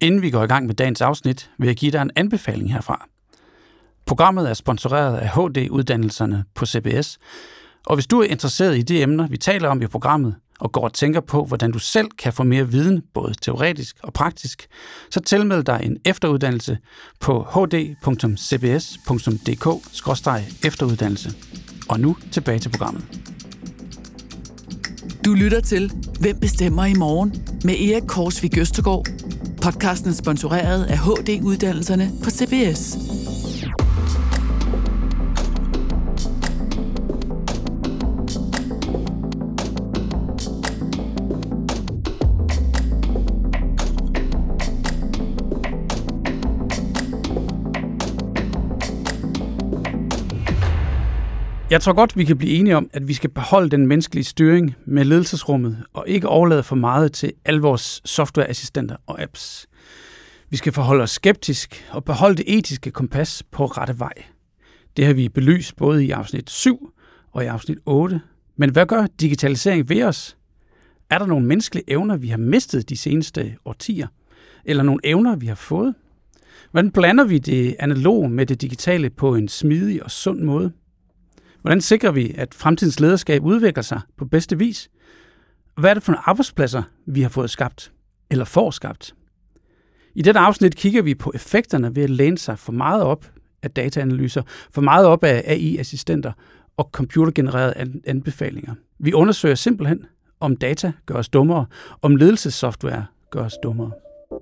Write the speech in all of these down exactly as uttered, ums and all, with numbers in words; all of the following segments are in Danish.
Inden vi går i gang med dagens afsnit, vil jeg give dig en anbefaling herfra. Programmet er sponsoreret af H D-uddannelserne på C B S, og hvis du er interesseret i de emner, vi taler om i programmet, og går og tænker på, hvordan du selv kan få mere viden, både teoretisk og praktisk, så tilmeld dig en efteruddannelse på h d punktum c b s punktum d k skråstreg efteruddannelse. Og nu tilbage til programmet. Du lytter til Hvem bestemmer i morgen? Med Erik Korsvig Østergaard. Podcasten er sponsoreret af H D-uddannelserne på C B S. Jeg tror godt, vi kan blive enige om, at vi skal beholde den menneskelige styring med ledelsesrummet og ikke overlade for meget til alle vores softwareassistenter og apps. Vi skal forholde os skeptisk og beholde det etiske kompas på rette vej. Det har vi belyst både i afsnit syv og i afsnit otte. Men hvad gør digitalisering ved os? Er der nogle menneskelige evner, vi har mistet de seneste årtier? Eller nogle evner, vi har fået? Hvordan blander vi det analoge med det digitale på en smidig og sund måde? Hvordan sikrer vi, at fremtidens lederskab udvikler sig på bedste vis? Hvad er det for nogle arbejdspladser, vi har fået skabt, eller får skabt? I dette afsnit kigger vi på effekterne ved at læne sig for meget op af dataanalyser, for meget op af A I-assistenter og computergenererede anbefalinger. Vi undersøger simpelthen, om data gør os dummere, om ledelsessoftware gør os dummere.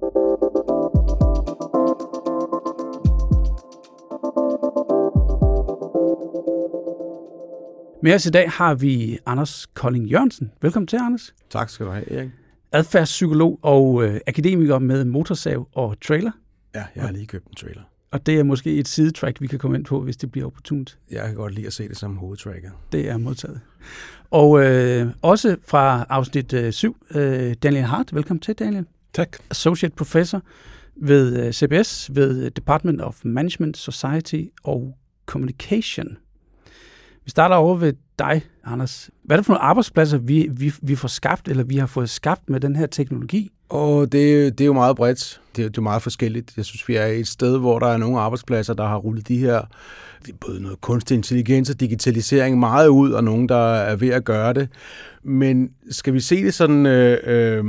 Med os i dag har vi Anders Kolding Jørgensen. Velkommen til, Anders. Tak skal du have, Erik. Adfærdspsykolog og øh, akademiker med motorsav og trailer. Ja, jeg har lige købt en trailer. Og det er måske et sidetrack, vi kan komme ind på, hvis det bliver opportunt. Jeg kan godt lide at se det som hovedtracker. Det er modtaget. Og øh, også fra afsnit øh, syv, øh, Daniel Hart. Velkommen til, Daniel. Tak. Associate Professor ved øh, C B S, ved Department of Management, Society og Communication. Vi starter over ved dig, Anders. Hvad er det for nogle arbejdspladser, vi, vi, vi får skabt, eller vi har fået skabt med den her teknologi? Og det, det er jo meget bredt. Det er, det er meget forskelligt. Jeg synes, vi er et sted, hvor der er nogle arbejdspladser, der har rullet de her, både noget kunstig intelligens og digitalisering meget ud, og nogen, der er ved at gøre det. Men skal vi se det sådan, øh, øh,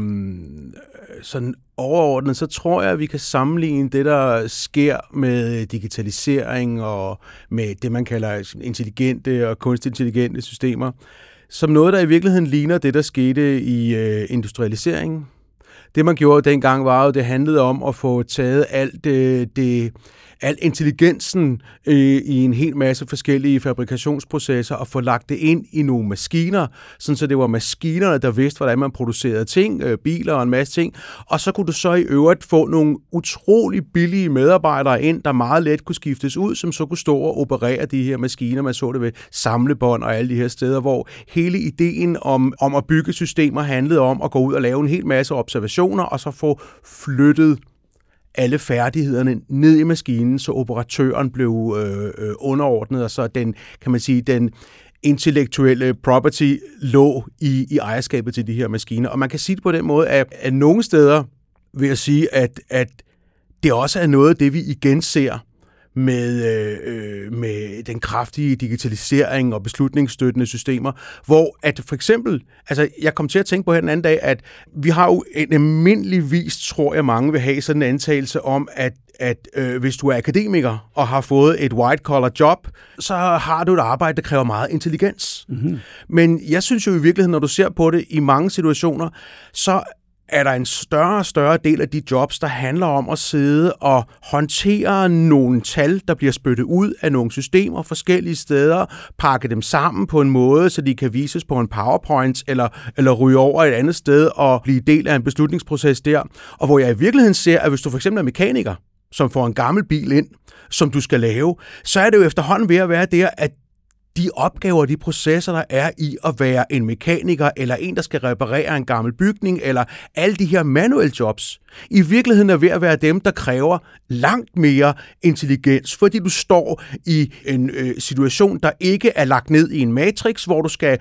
sådan overordnet, så tror jeg, at vi kan sammenligne det, der sker med digitalisering og med det, man kalder intelligente og kunstig intelligente systemer, som noget, der i virkeligheden ligner det, der skete i øh, industrialiseringen. Det, man gjorde dengang, var jo, det handlede om at få taget alt det, det al intelligensen øh, i en hel masse forskellige fabrikationsprocesser og få lagt det ind i nogle maskiner, sådan så det var maskinerne, der vidste, hvordan man producerede ting, øh, biler og en masse ting. Og så kunne du så i øvrigt få nogle utrolig billige medarbejdere ind, der meget let kunne skiftes ud, som så kunne stå og operere de her maskiner. Man så det ved samlebånd og alle de her steder, hvor hele ideen om, om at bygge systemer handlede om at gå ud og lave en hel masse observationer, og så få flyttet alle færdighederne ned i maskinen, så operatøren blev øh, underordnet, og så den, kan man sige, den intellektuelle property lå i, i ejerskabet til de her maskiner. Og man kan sige det på den måde, at, at nogle steder vil jeg sige, at, at det også er noget af det, vi igen ser med, øh, med den kraftige digitalisering og beslutningsstøttende systemer, hvor at for eksempel, altså jeg kom til at tænke på her den anden dag, at vi har jo en almindeligvis, tror jeg mange vil have sådan en antagelse om, at at øh, hvis du er akademiker og har fået et white-collar job, så har du et arbejde, der kræver meget intelligens. Mm-hmm. Men jeg synes jo i virkeligheden, når du ser på det i mange situationer, så er der en større og større del af de jobs, der handler om at sidde og håndtere nogle tal, der bliver spyttet ud af nogle systemer forskellige steder, pakke dem sammen på en måde, så de kan vises på en PowerPoint, eller, eller ryge over et andet sted og blive del af en beslutningsproces der. Og hvor jeg i virkeligheden ser, at hvis du for eksempel er mekaniker, som får en gammel bil ind, som du skal lave, så er det jo efterhånden ved at være der, at de opgaver, de processer, der er i at være en mekaniker, eller en, der skal reparere en gammel bygning, eller alle de her manuelle jobs, i virkeligheden er ved at være dem, der kræver langt mere intelligens, fordi du står i en øh, situation, der ikke er lagt ned i en matrix, hvor du skal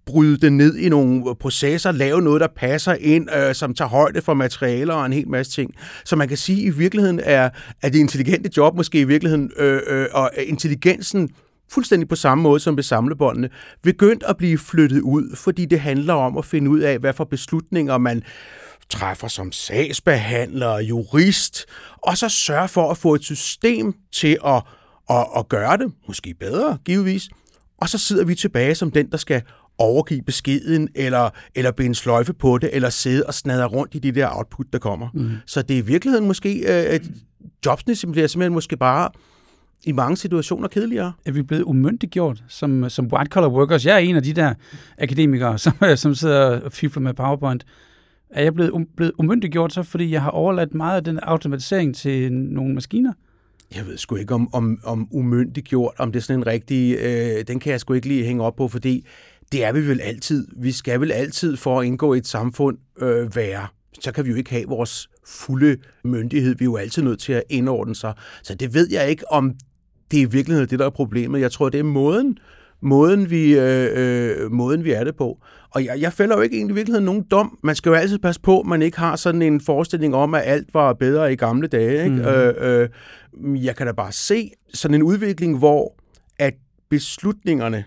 bryde det ned i nogle processer, lave noget, der passer ind, øh, som tager højde for materialer og en hel masse ting. Så man kan sige, at i virkeligheden er, er det intelligente job måske i virkeligheden, øh, øh, og intelligensen fuldstændig på samme måde som ved samlebåndene, begyndt at blive flyttet ud, fordi det handler om at finde ud af, hvad for beslutninger man træffer som sagsbehandler, jurist, og så sørge for at få et system til at, at, at gøre det, måske bedre, givetvis, og så sidder vi tilbage som den, der skal overgive beskeden, eller, eller binde sløjfe på det, eller sidde og snadre rundt i de der output, der kommer. Mm. Så det er i virkeligheden måske, øh, jobsene bliver simpelthen måske bare i mange situationer kedeligere. Er vi blevet umyndiggjort som, som white-collar workers? Jeg er en af de der akademikere, som, som sidder og fifler med PowerPoint. Er jeg blevet, um, blevet umyndiggjort så, fordi jeg har overladt meget af den automatisering til nogle maskiner? Jeg ved sgu ikke om, om, om umyndiggjort, om det er sådan en rigtig... Øh, den kan jeg sgu ikke lige hænge op på, fordi det er vi vel altid. Vi skal vel altid for at indgå i et samfund øh, være. Så kan vi jo ikke have vores fulde myndighed. Vi er jo altid nødt til at indordne sig. Så det ved jeg ikke, om det er i virkeligheden det, der er problemet. Jeg tror, det er måden, måden, vi, øh, øh, måden vi er det på. Og jeg, jeg fælder jo ikke egentlig i virkeligheden nogen dom. Man skal jo altid passe på, at man ikke har sådan en forestilling om, at alt var bedre i gamle dage. Ikke? Mm. Øh, øh, jeg kan da bare se sådan en udvikling, hvor at beslutningerne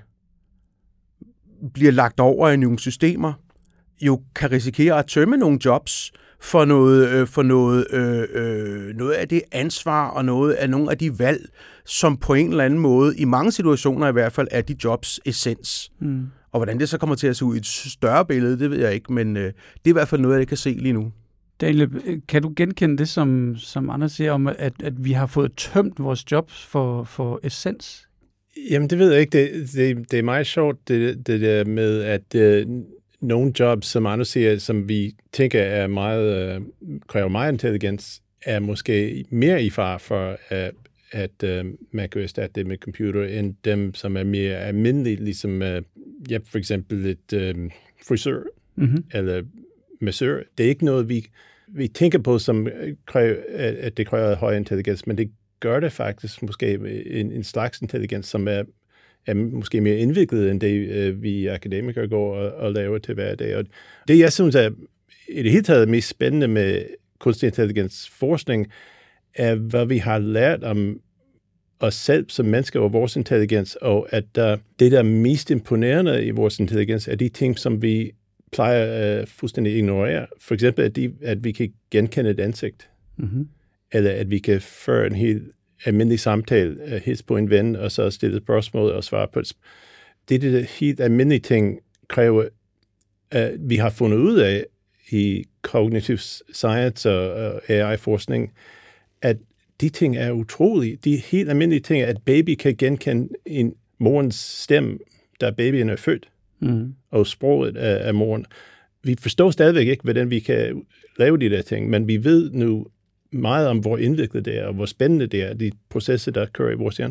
bliver lagt over i nogle systemer, jo kan risikere at tømme nogle jobs for noget, øh, for noget, øh, øh, noget af det ansvar og noget af nogle af de valg, som på en eller anden måde, i mange situationer i hvert fald, er de jobs essens. Mm. Og hvordan det så kommer til at se ud i et større billede, det ved jeg ikke, men øh, det er i hvert fald noget, jeg kan se lige nu. Daniel, kan du genkende det, som, som Anders siger om, at, at vi har fået tømt vores jobs for, for essens? Jamen, det ved jeg ikke. Det, det, det er meget sjovt, det, det der med, at øh, nogle jobs, som Anders siger, som vi tænker er meget, øh, kræver meget intelligens, er måske mere i fare for, at, at øh, man kan erstatte det med computer, end dem, som er mere almindelige, ligesom øh, ja, for eksempel et øh, frisør mm-hmm. eller massør. Det er ikke noget, vi, vi tænker på, som kræver, at det kræver høj intelligens, men det gør det faktisk måske en, en slags intelligens, som er, er måske mere indviklet, end det øh, vi akademikere går og, og laver til hver dag. Og det, jeg synes er i det hele taget mest spændende med kunstig intelligens forskning, er, hvad vi har lært om os selv som mennesker og vores intelligens, og at uh, det, der er mest imponerende i vores intelligens, er de ting, som vi plejer at uh, fuldstændig ignorere. For eksempel, at, de, at vi kan genkende et ansigt, mm-hmm. eller at vi kan føre en helt almindelig samtale, uh, hilse på en ven, og så stille spørgsmål og svare på et spørgsmål. Det er det helt almindelige ting, kræver, at uh, vi har fundet ud af i cognitive science og uh, A I-forskning, at de ting er utrolige. De helt almindelige ting er, at baby kan genkende en morens stemme, da babyen er født, mm. og sproget af, af moren. Vi forstår stadigvæk ikke, hvordan vi kan lave de der ting, men vi ved nu meget om, hvor indviklet det er, og hvor spændende det er, de processer, der kører i vores hjerne.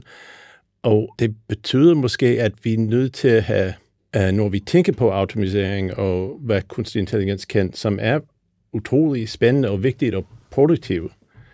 Og det betyder måske, at vi er nødt til at have, når vi tænker på automatisering og hvad kunstig intelligens kan, som er utrolig spændende og vigtigt og produktivt,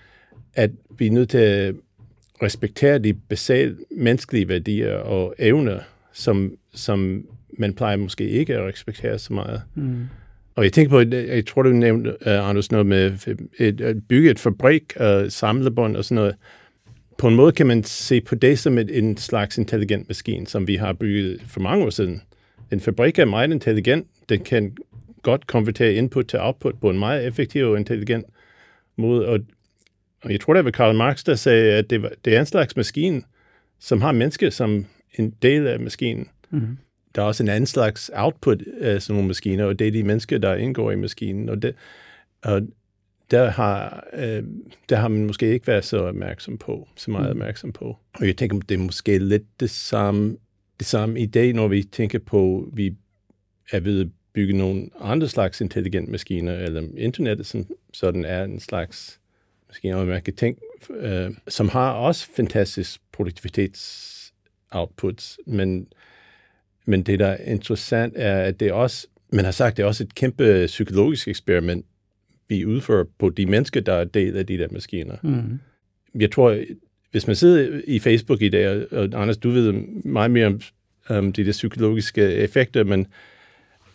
at vi er nødt til at respektere de basale menneskelige værdier og evner, som, som man plejer måske ikke at respektere så meget. Mm. Og jeg tænker på, jeg tror, du nævnte, uh, Anders, noget med et, at bygge et fabrik og samlebånd og sådan noget. På en måde kan man se på det som et, en slags intelligent maskine, som vi har bygget for mange år siden. En fabrik er meget intelligent. Den kan godt konvertere input til output på en meget effektiv og intelligent måde, og Og jeg tror, det var Karl Marx, der sagde, at det, var, det er en slags maskine, som har mennesker som en del af maskinen. Mm-hmm. Der er også en anden slags output af sådan nogle maskiner, og det er de mennesker, der indgår i maskinen. Og, det, og der, har, øh, der har man måske ikke været så opmærksom på, så meget mm-hmm. opmærksom på. Og jeg tænker, det er måske lidt det samme, det samme idé, når vi tænker på, at vi er ved at bygge nogle andre slags intelligent maskiner, eller internettet, som sådan er en slags måske noget, man kan tænke, øh, som har også fantastisk produktivitetsoutputs, men, men det, der er interessant, er, at det er også, man har sagt, det er også et kæmpe psykologisk eksperiment, vi udfører på de mennesker, der er del af de der maskiner. Mm-hmm. Jeg tror, hvis man sidder i Facebook i dag, og Anders, du ved meget mere om, om de der psykologiske effekter, men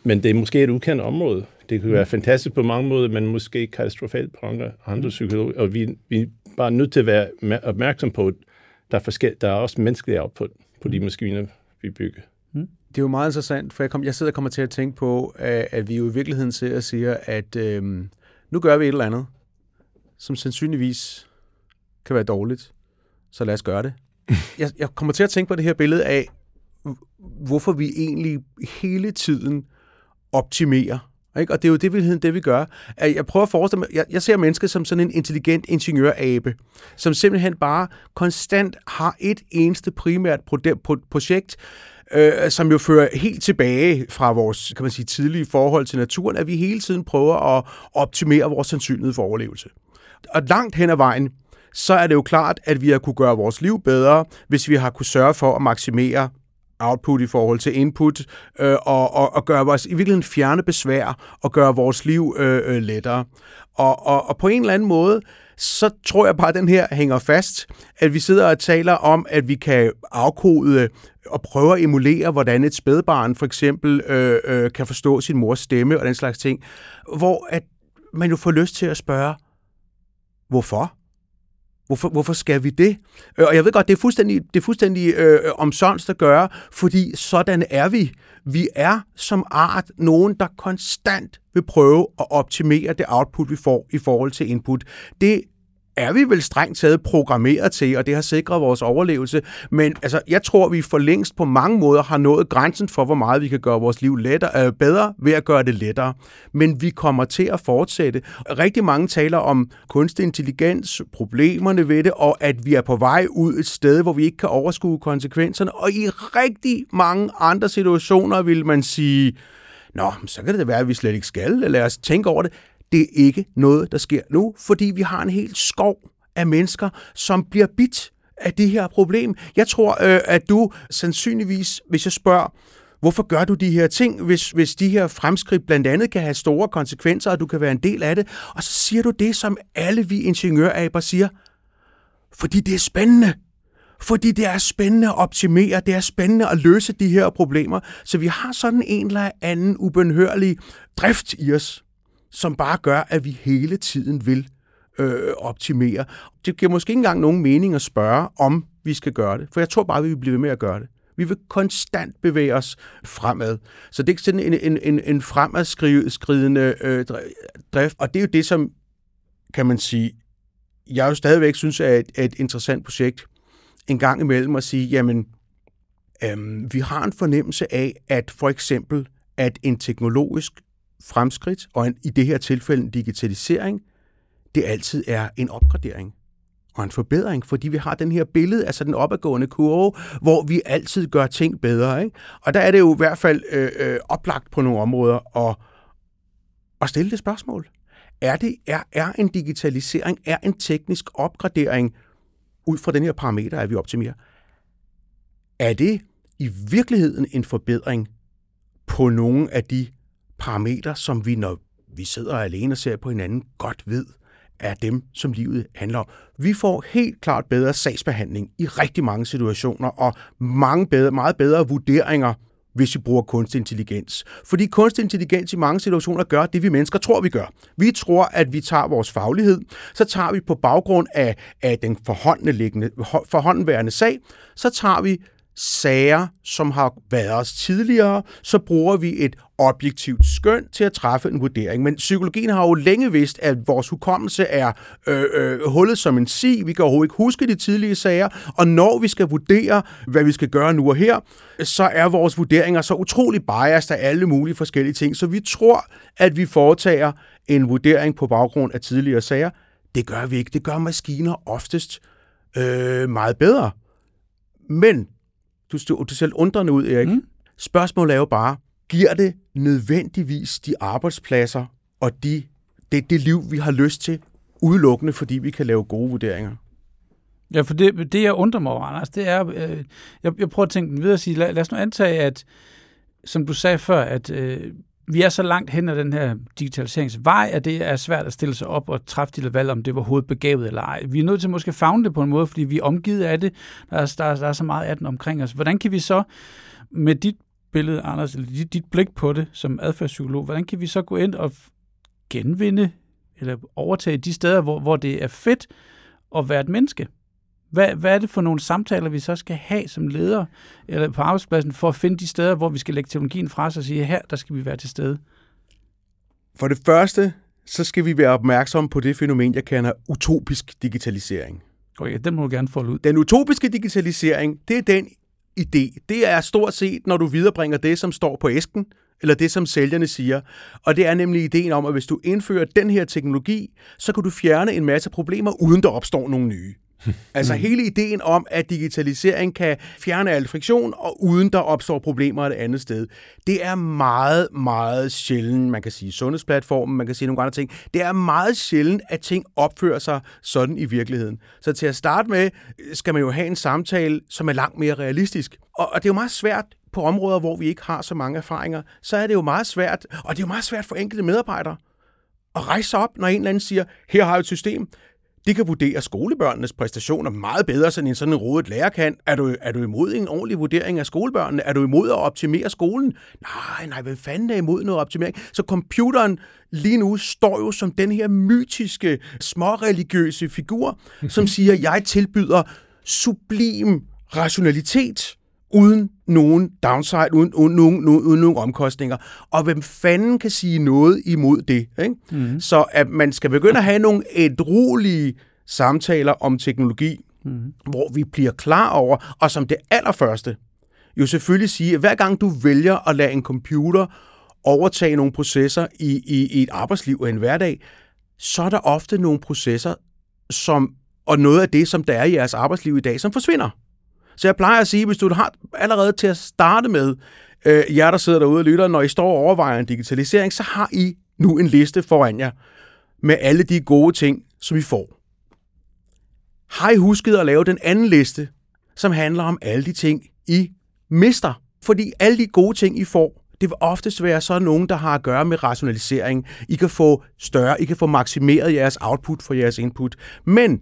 men det er måske et ukendt område. Det kan være fantastisk på mange måder, men måske katastrofalt på andre, andre psykologer. Og vi, vi er bare nødt til at være opmærksom på, at der er, forskel, der er også menneskelig output på de maskiner, vi bygger. Det er jo meget interessant, for jeg, kom, jeg sidder og kommer til at tænke på, at, at vi jo i virkeligheden ser og siger, at øhm, nu gør vi et eller andet, som sandsynligvis kan være dårligt, så lad os gøre det. Jeg, jeg kommer til at tænke på det her billede af, hvorfor vi egentlig hele tiden optimerer. Ikke? Og det er jo det, det vi gør. Jeg prøver at forestille mig, jeg, jeg ser mennesker som sådan en intelligent ingeniørabe, som simpelthen bare konstant har et eneste primært projekt, øh, som jo fører helt tilbage fra vores, kan man sige, tidlige forhold til naturen, at vi hele tiden prøver at optimere vores sandsynlighed for overlevelse. Og langt hen ad vejen, så er det jo klart, at vi har kunne gøre vores liv bedre, hvis vi har kunne sørge for at maksimere output i forhold til input, øh, og, og, og gøre vores, i virkeligheden fjerne besvær, og gøre vores liv øh, øh, lettere. Og, og, og på en eller anden måde, så tror jeg bare, at den her hænger fast, at vi sidder og taler om, at vi kan afkode og prøve at emulere, hvordan et spædbarn for eksempel øh, øh, kan forstå sin mors stemme og den slags ting, hvor at man jo får lyst til at spørge, hvorfor? Hvorfor, hvorfor skal vi det? Og jeg ved godt, det er fuldstændig, det er fuldstændig øh, omsonst at gøre, fordi sådan er vi. Vi er som art nogen, der konstant vil prøve at optimere det output, vi får i forhold til input. Det er vi vel strengt taget programmeret til, og det har sikret vores overlevelse. Men altså, jeg tror, vi for længst på mange måder har nået grænsen for, hvor meget vi kan gøre vores liv lettere, øh, bedre ved at gøre det lettere. Men vi kommer til at fortsætte. Rigtig mange taler om kunstig intelligens, problemerne ved det, og at vi er på vej ud et sted, hvor vi ikke kan overskue konsekvenserne. Og i rigtig mange andre situationer vil man sige, nå, så kan det da være, at vi slet ikke skal. Lad os tænke over det. Det er ikke noget, der sker nu, fordi vi har en hel skov af mennesker, som bliver bidt af det her problem. Jeg tror, øh, at du sandsynligvis, hvis jeg spørger, hvorfor gør du de her ting, hvis, hvis de her fremskridt blandt andet kan have store konsekvenser, og du kan være en del af det, og så siger du det, som alle vi ingeniøraber siger, fordi det er spændende. Fordi det er spændende at optimere, det er spændende at løse de her problemer, så vi har sådan en eller anden ubønhørlig drift i os, som bare gør, at vi hele tiden vil øh, optimere. Det giver måske ikke engang nogen mening at spørge, om vi skal gøre det, for jeg tror bare, at vi vil blive ved med at gøre det. Vi vil konstant bevæge os fremad. Så det er sådan en, en, en, en fremadskridende øh, drift, og det er jo det, som, kan man sige, jeg jo stadigvæk synes er et, et interessant projekt, en gang imellem at sige, jamen, øh, vi har en fornemmelse af, at for eksempel, at en teknologisk fremskridt, og en, i det her tilfælde en digitalisering, det altid er en opgradering og en forbedring, fordi vi har den her billede, altså den opadgående kurve, hvor vi altid gør ting bedre. Ikke? Og der er det jo i hvert fald øh, øh, oplagt på nogle områder at, at stille det spørgsmål. Er, det, er, er en digitalisering, er en teknisk opgradering, ud fra den her parameter, at vi optimerer, er det i virkeligheden en forbedring på nogle af de parametre, som vi, når vi sidder alene og ser på hinanden, godt ved, er dem, som livet handler om. Vi får helt klart bedre sagsbehandling i rigtig mange situationer, og mange bedre, meget bedre vurderinger, hvis vi bruger kunstig intelligens. Fordi kunstig intelligens i mange situationer gør det, vi mennesker tror, vi gør. Vi tror, at vi tager vores faglighed, så tager vi på baggrund af, af den forhåndenværende sag, så tager vi sager, som har været os tidligere, så bruger vi et objektivt skøn til at træffe en vurdering. Men psykologien har jo længe vidst, at vores hukommelse er øh, øh, hullet som en si. Vi kan overhovedet ikke huske de tidlige sager, og når vi skal vurdere, hvad vi skal gøre nu og her, så er vores vurderinger så utrolig biased af alle mulige forskellige ting. Så vi tror, at vi foretager en vurdering på baggrund af tidligere sager. Det gør vi ikke. Det gør maskiner oftest øh, meget bedre. Men Du, du ser undrende ud, Erik. Mm. Spørgsmålet er jo bare, giver det nødvendigvis de arbejdspladser og de, det, det liv, vi har lyst til, udelukkende, fordi vi kan lave gode vurderinger? Ja, for det, det jeg undrer mig over, Anders, det er, øh, jeg, jeg prøver at tænke videre og sige, lad, lad os nu antage, at, som du sagde før, at øh, vi er så langt hen ad den her digitaliseringsvej, at det er svært at stille sig op og træffe de valg, om det var overhovedet begavet eller ej. Vi er nødt til måske at favne det på en måde, fordi vi er omgivet af det. Der er, der, er, der er så meget af den omkring os. Hvordan kan vi så med dit billede, Anders, eller dit, dit blik på det som adfærdspsykolog, hvordan kan vi så gå ind og genvinde eller overtage de steder, hvor, hvor det er fedt at være et menneske? Hvad, hvad er det for nogle samtaler, vi så skal have som leder eller på arbejdspladsen for at finde de steder, hvor vi skal lægge teknologien fra os og sige, her, der skal vi være til stede? For det første, så skal vi være opmærksomme på det fænomen, jeg kalder utopisk digitalisering. Okay, den må du gerne folde ud. Den utopiske digitalisering, det er den idé. Det er stort set, når du viderebringer det, som står på æsken, eller det, som sælgerne siger. Og det er nemlig ideen om, at hvis du indfører den her teknologi, så kan du fjerne en masse problemer, uden der opstår nogle nye. Altså hele ideen om, at digitalisering kan fjerne al friktion, og uden der opstår problemer et andet sted. Det er meget, meget sjældent, man kan sige sundhedsplatformen, man kan sige nogle andre ting. Det er meget sjældent, at ting opfører sig sådan i virkeligheden. Så til at starte med, skal man jo have en samtale, som er langt mere realistisk. Og, og det er jo meget svært på områder, hvor vi ikke har så mange erfaringer, så er det jo meget svært, og det er jo meget svært for enkelte medarbejdere at rejse sig op, når en eller anden siger, her har vi et system. De kan vurdere skolebørnenes præstationer meget bedre, end sådan en rodet lærer kan. Er du, er du imod en ordentlig vurdering af skolebørnene? Er du imod at optimere skolen? Nej, nej, hvem fanden er imod noget optimering? Så computeren lige nu står jo som den her mytiske, småreligiøse figur, som siger, jeg tilbyder sublim rationalitet, uden nogen downside, uden, uden, uden, uden, uden nogen omkostninger. Og hvem fanden kan sige noget imod det? Ikke? Mm. Så at man skal begynde at have nogle ædruelige samtaler om teknologi, mm. hvor vi bliver klar over, og som det allerførste, jo selvfølgelig sige, at hver gang du vælger at lade en computer overtage nogle processer i, i, i et arbejdsliv og en hverdag, så er der ofte nogle processer, som, og noget af det, som der er i jeres arbejdsliv i dag, som forsvinder. Så jeg plejer at sige, hvis du har allerede til at starte med, øh, jer der sidder derude og lytter, når I står og overvejer en digitalisering, så har I nu en liste foran jer med alle de gode ting, som I får. Har I husket at lave den anden liste, som handler om alle de ting, I mister? Fordi alle de gode ting, I får, det vil oftest være så nogen, der har at gøre med rationalisering. I kan få større, I kan få maksimeret jeres output for jeres input. Men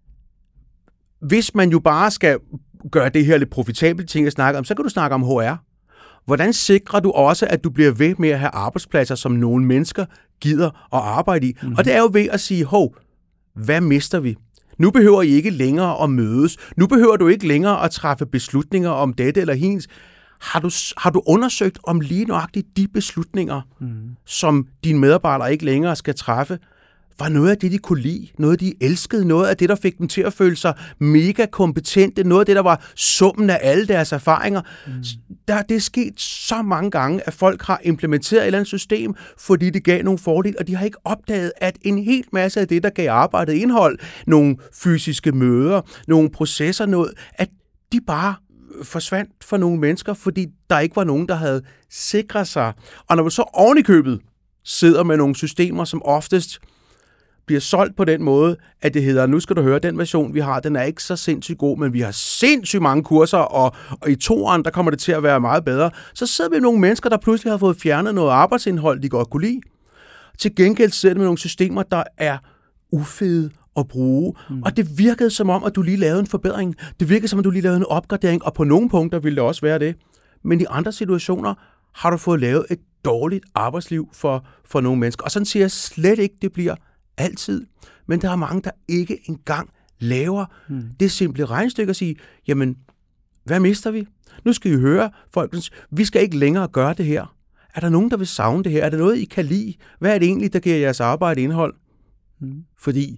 hvis man jo bare skal gøre det her lidt profitabelt ting at snakke om, så kan du snakke om H R. Hvordan sikrer du også, at du bliver ved med at have arbejdspladser, som nogle mennesker gider at arbejde i? Mm-hmm. Og det er jo ved at sige, hov, hvad mister vi? Nu behøver I ikke længere at mødes. Nu behøver du ikke længere at træffe beslutninger om dette eller hens. Har du, har du undersøgt om lige nøjagtigt de beslutninger, mm. som dine medarbejdere ikke længere skal træffe, var noget af det, de kunne lide, noget de elskede, noget af det, der fik dem til at føle sig mega kompetente, noget af det, der var summen af alle deres erfaringer. Mm. Der, det er sket så mange gange, at folk har implementeret et eller andet system, fordi det gav nogle fordele, og de har ikke opdaget, at en hel masse af det, der gav arbejdet indhold, nogle fysiske møder, nogle processer, noget, at de bare forsvandt for nogle mennesker, fordi der ikke var nogen, der havde sikret sig. Og når man så oven i købet sidder med nogle systemer, som oftest bliver solgt på den måde, at det hedder, nu skal du høre, den version, vi har, den er ikke så sindssygt god, men vi har sindssygt mange kurser, og, og i toeren, der kommer det til at være meget bedre. Så sidder vi med nogle mennesker, der pludselig har fået fjernet noget arbejdsindhold, de godt kunne lide. Til gengæld sidder vi med nogle systemer, der er ufede at bruge. Mm. Og det virkede som om, at du lige lavede en forbedring. Det virkede som om, at du lige lavede en opgradering, og på nogle punkter ville det også være det. Men i andre situationer har du fået lavet et dårligt arbejdsliv for, for nogle mennesker. Og sådan siger jeg slet ikke, det bliver altid. Men der er mange, der ikke engang laver mm. det simple regnestykke og sige, jamen, hvad mister vi? Nu skal I høre, folkens, vi skal ikke længere gøre det her. Er der nogen, der vil savne det her? Er det noget, I kan lide? Hvad er det egentlig, der giver jeres arbejde indhold? Mm. Fordi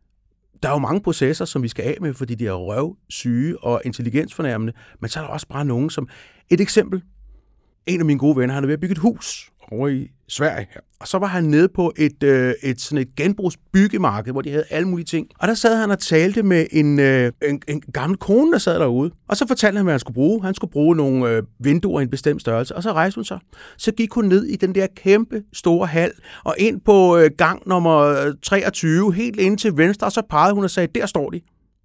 der er jo mange processer, som vi skal af med, fordi de er røvsyge og intelligensfornærmende, men så er der også bare nogen, som... Et eksempel. En af mine gode venner, han er ved at bygge et hus over i Sverige her. Og så var han nede på et, øh, et, sådan et genbrugsbyggemarked, hvor de havde alle mulige ting. Og der sad han og talte med en, øh, en, en gammel kone, der sad derude. Og så fortalte han, hvad han skulle bruge. Han skulle bruge nogle øh, vinduer i en bestemt størrelse. Og så rejste hun sig. Så gik hun ned i den der kæmpe store hal, og ind på øh, gang nummer treogtyve, helt ind til venstre, og så pegede hun og sagde, der står de.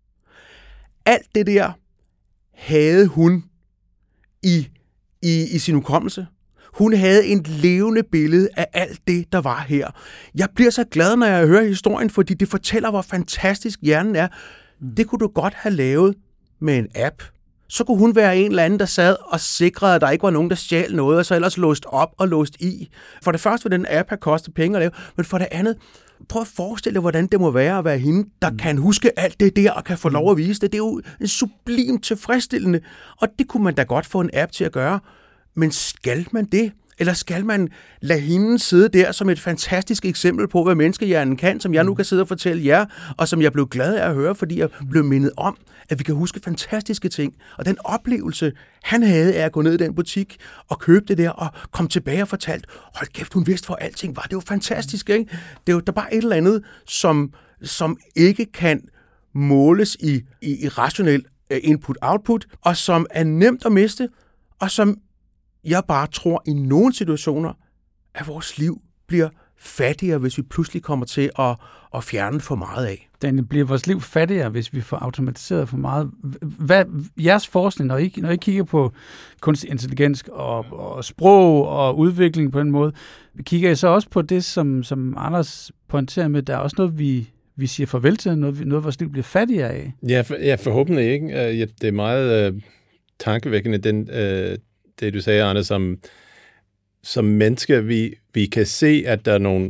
Alt det der havde hun i, i, i sin hukommelse. Hun havde et levende billede af alt det, der var her. Jeg bliver så glad, når jeg hører historien, fordi det fortæller, hvor fantastisk hjernen er. Det kunne du godt have lavet med en app, så kunne hun være en eller anden, der sad og sikrede, at der ikke var nogen, der stjal noget, og så ellers låst op og låst i. For det første vil den app have kostet penge at lave, men for det andet, prøv at forestille dig, hvordan det må være at være hende, der mm. kan huske alt det der, og kan få lov at vise det. Det er jo en sublim tilfredsstillende, og det kunne man da godt få en app til at gøre. Men skal man det? Eller skal man lade hende sidde der som et fantastisk eksempel på, hvad menneskehjernen kan, som jeg nu kan sidde og fortælle jer, og som jeg blev glad af at høre, fordi jeg blev mindet om, at vi kan huske fantastiske ting. Og den oplevelse, han havde af at gå ned i den butik og købe det der, og komme tilbage og fortalt, hold kæft, hun vidste, hvor alting var. Det var fantastisk, ikke? Det er jo der er bare et eller andet, som, som ikke kan måles i, i, i rationel input-output, og som er nemt at miste, og som jeg bare tror, i nogle situationer, at vores liv bliver fattigere, hvis vi pludselig kommer til at, at fjerne for meget af. Daniel, bliver vores liv fattigere, hvis vi får automatiseret for meget? Hvad jeres forskning, når I, når I kigger på kunstig intelligens og, og sprog og udvikling på den måde, kigger I så også på det, som, som Anders pointerer med, der er også noget, vi, vi siger farvel til, noget, noget vores liv bliver fattigere af? Ja, for, ja forhåbentlig ikke. Det er meget uh, tankevækkende, den uh, det du sagde, Anders, som, som mennesker, vi, vi kan se, at der er nogle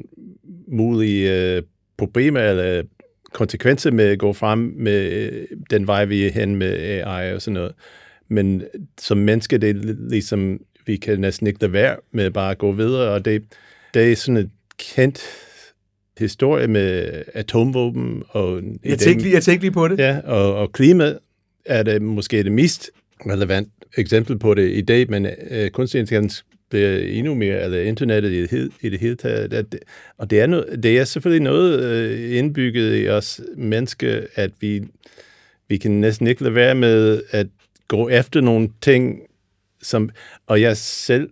mulige øh, problemer eller konsekvenser med at gå frem med øh, den vej, vi er hen med A I og sådan noget. Men som mennesker, det er ligesom, vi kan næsten ikke lade være med bare at gå videre, og det, det er sådan et kendt historie med atomvåben. Og jeg tænkte lige, jeg tænkte lige på det. Ja, og, og klima er det måske det mest relevant eksempel på det i dag, men øh, kunstig intelligens bliver endnu mere, eller internettet i det, hed, i det hele taget. Det, og det er, noget, det er selvfølgelig noget øh, indbygget i os mennesker, at vi, vi kan næsten ikke lade være med at gå efter nogle ting, som, og jeg er selv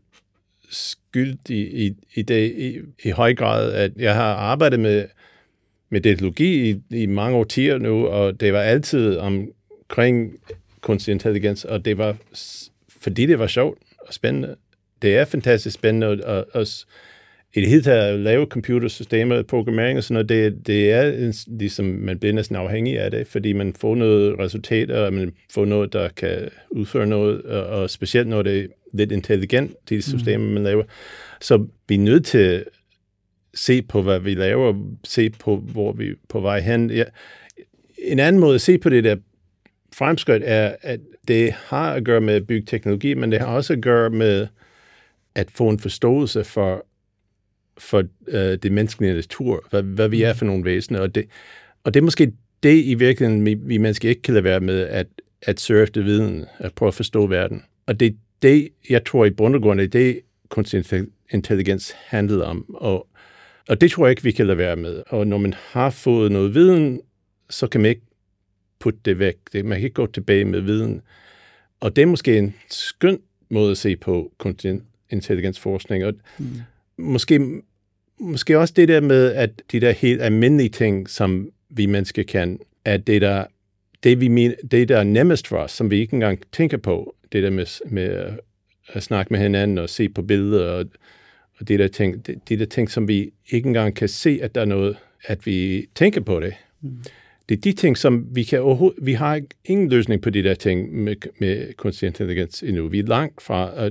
skyld i, i, i det i, i høj grad, at jeg har arbejdet med, med teknologi i, i mange årtier nu, og det var altid omkring kunstig intelligens, og det var, fordi det var sjovt og spændende. Det er fantastisk spændende at, at i det hele taget at lave computersystemer, programmering og sådan noget. Det, det er ligesom, man bliver næsten afhængig af det, fordi man får noget resultater, og man får noget, der kan udføre noget, og, og specielt når det er lidt intelligent, de systemer, mm. man laver. Så vi er nødt til at se på, hvad vi laver, og se på, hvor vi er på vej hen. Ja, en anden måde at se på det der fremskridt er, at det har at gøre med at bygge teknologi, men det har også at gøre med at få en forståelse for, for uh, det menneskelige natur, hvad, hvad vi er for nogle væsener. Og det, og det er måske det i virkeligheden, vi, vi mennesker ikke kan lade være med at, at surfe efter viden, at prøve at forstå verden. Og det er det, jeg tror i bund og grund, er det kunstig intelligens handler om. Og, og det tror jeg ikke, vi kan lade være med. Og når man har fået noget viden, så kan man ikke putte det væk. Det, man kan ikke gå tilbage med viden. Og det er måske en skøn måde at se på kunstig intelligensforskning. Og mm. måske, måske også det der med, at de der helt almindelige ting, som vi mennesker kan, at det der, det, vi mener, det der er nemmest for os, som vi ikke engang tænker på, det der med, med at snakke med hinanden og se på billeder, og, og det der ting, det, de der ting, som vi ikke engang kan se, at der er noget, at vi tænker på det. Mm. Det er de ting, som vi kan overhovedet... Vi har ingen løsning på de der ting med, med kunstig intelligens endnu. Vi er langt fra... At,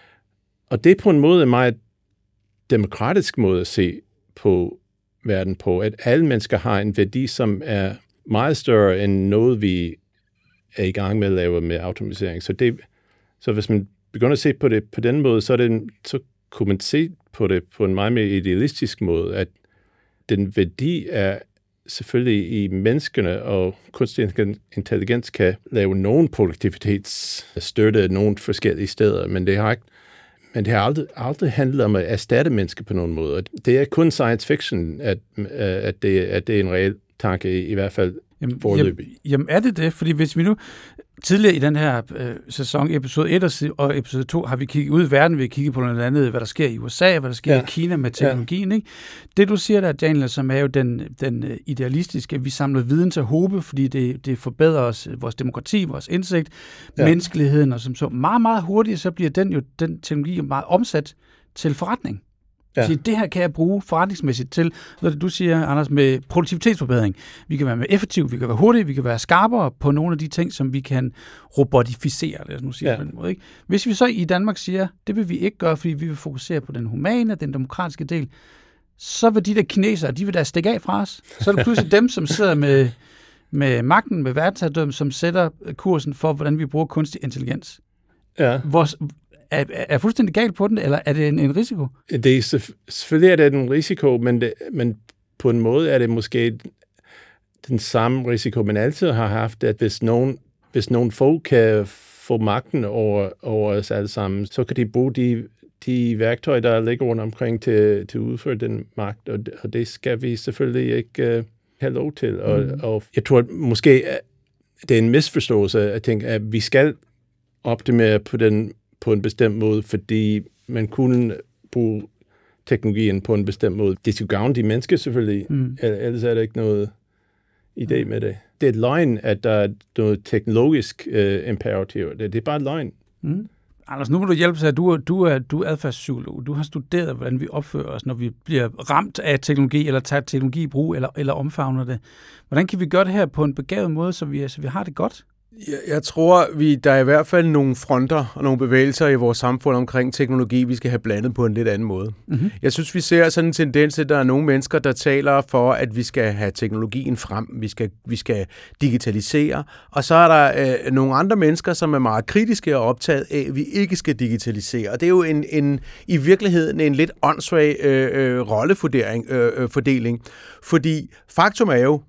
og det er på en måde en meget demokratisk måde at se på verden på, at alle mennesker har en værdi, som er meget større end noget, vi er i gang med at lave med automatisering. Så, det, så hvis man begynder at se på det på den måde, så, er det, så kunne man se på det på en meget mere idealistisk måde, at den værdi er selvfølgelig i menneskene, og kunstig intelligens kan lave nogen produktivitetsstøtte nogle forskellige steder, men det har ikke, men det har aldrig, aldrig handlet om at erstatte mennesker på nogen måde. Det er kun science fiction, at, at, det, at det er en reel tanke, i, i hvert fald foreløbig. Jamen, jamen er det det? Fordi hvis vi nu tidligere i den her øh, sæson, episode et og episode to, har vi kigget ud i verden, vi har kigget på noget andet, hvad der sker i U S A, hvad der sker ja. i Kina med teknologien. Ja. Ikke? Det du siger der, Daniel, som er jo den, den idealistiske, at vi samler viden til håbe, fordi det, det forbedrer os, vores demokrati, vores indsigt, ja. menneskeligheden, og som så meget, meget hurtigt, så bliver den jo den teknologi meget omsat til forretning. Ja. Så det her kan jeg bruge forretningsmæssigt til, hvad du siger, Anders, med produktivitetsforbedring. Vi kan være mere effektive, vi kan være hurtige, vi kan være skarpere på nogle af de ting, som vi kan robotificere, lad os nu sige ja. på den måde. Ikke? Hvis vi så i Danmark siger, det vil vi ikke gøre, fordi vi vil fokusere på den humane, den demokratiske del, så vil de der kinesere, de vil da stikke af fra os. Så er det pludselig dem, som sidder med, med magten, med verdensherredømmen, som sætter kursen for, hvordan vi bruger kunstig intelligens. Ja. Vores, er, er fuldstændig galt på den, eller er det en, en risiko? Det er, selvfølgelig er det en risiko, men, det, men på en måde er det måske den samme risiko, man altid har haft, at hvis nogen, hvis nogen folk kan få magten over, over os alle sammen, så kan de bruge de, de værktøjer, der ligger rundt omkring til, til at udføre den magt, og, og det skal vi selvfølgelig ikke uh, have lov til. Og, mm. og jeg tror måske, det er en misforståelse at tænke, at vi skal optimere på den på en bestemt måde, fordi man kunne bruge teknologien på en bestemt måde. Det skal gavne de mennesker selvfølgelig, mm. ellers er der ikke noget idé med det. Det er løgn, at der er noget teknologisk uh, imperativ. Det, det er bare løgn. Mm. Anders, nu må du hjælpe sig. Du, du er, du er adfærdspsykolog. Du har studeret, hvordan vi opfører os, når vi bliver ramt af teknologi, eller tager teknologi i brug, eller, eller omfavner det. Hvordan kan vi gøre det her på en begavet måde, så vi, så vi har det godt? Jeg, jeg tror, vi der er i hvert fald nogle fronter og nogle bevægelser i vores samfund omkring teknologi, vi skal have blandet på en lidt anden måde. Mm-hmm. Jeg synes, vi ser sådan en tendens til, at der er nogle mennesker, der taler for, at vi skal have teknologien frem, vi skal, vi skal digitalisere, og så er der øh, nogle andre mennesker, som er meget kritiske og optaget af, at vi ikke skal digitalisere. Og det er jo en, en, i virkeligheden en lidt åndssvag øh, øh, rollefordeling, øh, fordeling, fordi faktum er jo,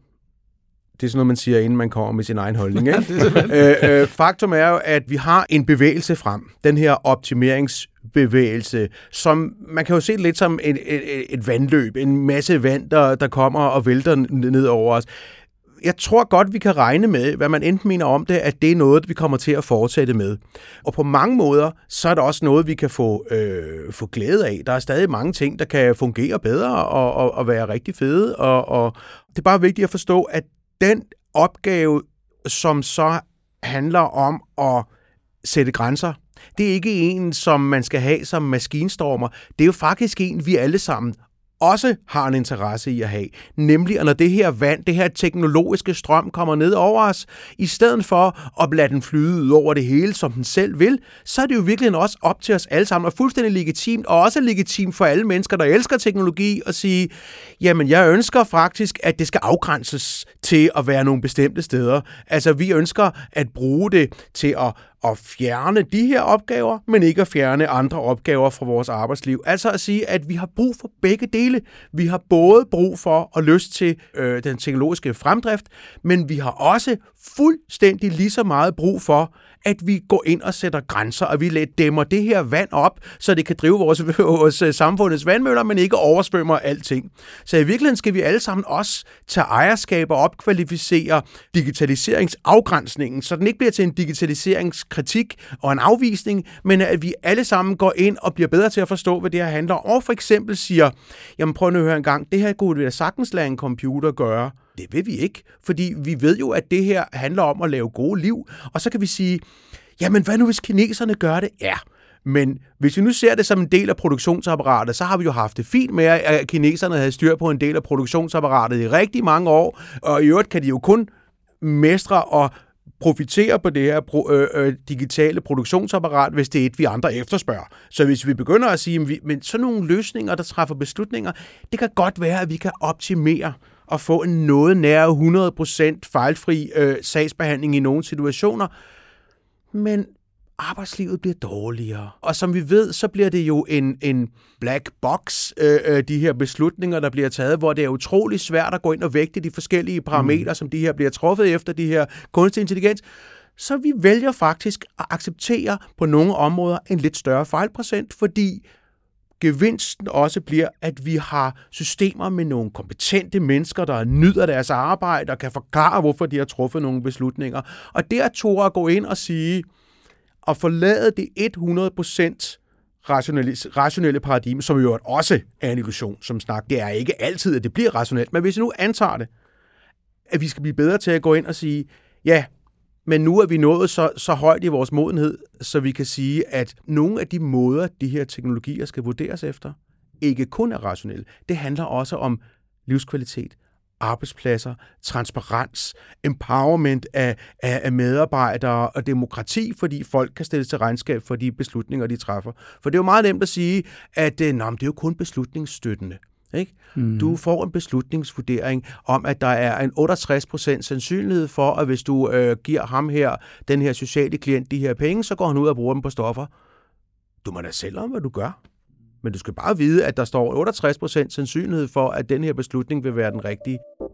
det er sådan noget, man siger, inden man kommer med sin egen holdning. Ikke? øh, øh, faktum er jo, at vi har en bevægelse frem. Den her optimeringsbevægelse, som man kan jo se lidt som et, et, et vandløb. En masse vand, der, der kommer og vælter ned over os. Jeg tror godt, vi kan regne med, hvad man enten mener om det, at det er noget, vi kommer til at fortsætte med. Og på mange måder, så er det også noget, vi kan få, øh, få glæde af. Der er stadig mange ting, der kan fungere bedre og, og, og være rigtig fede. Og, og det er bare vigtigt at forstå, at den opgave, som så handler om at sætte grænser, det er ikke en, som man skal have som maskinstormer. Det er jo faktisk en, vi alle sammen også har en interesse i at have. Nemlig, at når det her vand, det her teknologiske strøm kommer ned over os, i stedet for at lade den flyde ud over det hele, som den selv vil, så er det jo virkelig også op til os alle sammen, og fuldstændig legitimt, og også legitimt for alle mennesker, der elsker teknologi, at sige, jamen, jeg ønsker faktisk, at det skal afgrænses til at være nogle bestemte steder. Altså, vi ønsker at bruge det til at at fjerne de her opgaver, men ikke at fjerne andre opgaver fra vores arbejdsliv. Altså at sige, at vi har brug for begge dele. Vi har både brug for og lyst til øh, den teknologiske fremdrift, men vi har også fuldstændig lige så meget brug for, at vi går ind og sætter grænser, og vi dæmmer det her vand op, så det kan drive vores, vores samfundets vandmøller, men ikke oversvømmer alting. Så i virkeligheden skal vi alle sammen også tage ejerskab og opkvalificere digitaliseringsafgrænsningen, så den ikke bliver til en digitaliseringskritik og en afvisning, men at vi alle sammen går ind og bliver bedre til at forstå, hvad det her handler om. Og for eksempel siger, jamen prøv nu at høre en gang, det her kunne vi da sagtens lade en computer gøre. Det vil vi ikke, fordi vi ved jo, at det her handler om at lave gode liv. Og så kan vi sige, jamen hvad nu hvis kineserne gør det? Ja, men hvis vi nu ser det som en del af produktionsapparatet, så har vi jo haft det fint med, at kineserne havde styr på en del af produktionsapparatet i rigtig mange år. Og i øvrigt kan de jo kun mestre og profitere på det her pro, øh, øh, digitale produktionsapparat, hvis det er et, vi andre efterspørger. Så hvis vi begynder at sige, men, men sådan nogle løsninger, der træffer beslutninger, det kan godt være, at vi kan optimere og få en noget nær hundrede procent fejlfri øh, sagsbehandling i nogle situationer. Men arbejdslivet bliver dårligere. Og som vi ved, så bliver det jo en, en black box, øh, de her beslutninger, der bliver taget, hvor det er utrolig svært at gå ind og vægte de forskellige parametre, mm. som de her bliver truffet efter, de her kunstig intelligens. Så vi vælger faktisk at acceptere på nogle områder en lidt større fejlprocent, fordi gevinsten også bliver, at vi har systemer med nogle kompetente mennesker, der nyder deres arbejde og kan forklare, hvorfor de har truffet nogle beslutninger. Og det er Tora at gå ind og sige, at forlade det hundrede procent rationelle, rationelle paradigme, som jo også er en illusion, som snak. Det er ikke altid, at det bliver rationelt, men hvis vi nu antager det, at vi skal blive bedre til at gå ind og sige, ja, men nu er vi nået så, så højt i vores modenhed, så vi kan sige, at nogle af de måder, de her teknologier skal vurderes efter, ikke kun er rationelle. Det handler også om livskvalitet, arbejdspladser, transparens, empowerment af, af, af medarbejdere og demokrati, fordi folk kan stille til regnskab for de beslutninger, de træffer. For det er jo meget nemt at sige, at øh, nå, det er jo kun beslutningsstøttende. Ikke? Mm. Du får en beslutningsvurdering om, at der er en otteogtres procent sandsynlighed for, at hvis du øh, giver ham her, den her sociale klient, de her penge, så går han ud og bruger dem på stoffer. Du må da selv om, hvad du gør. Men du skal bare vide, at der står otteogtres procent sandsynlighed for, at den her beslutning vil være den rigtige.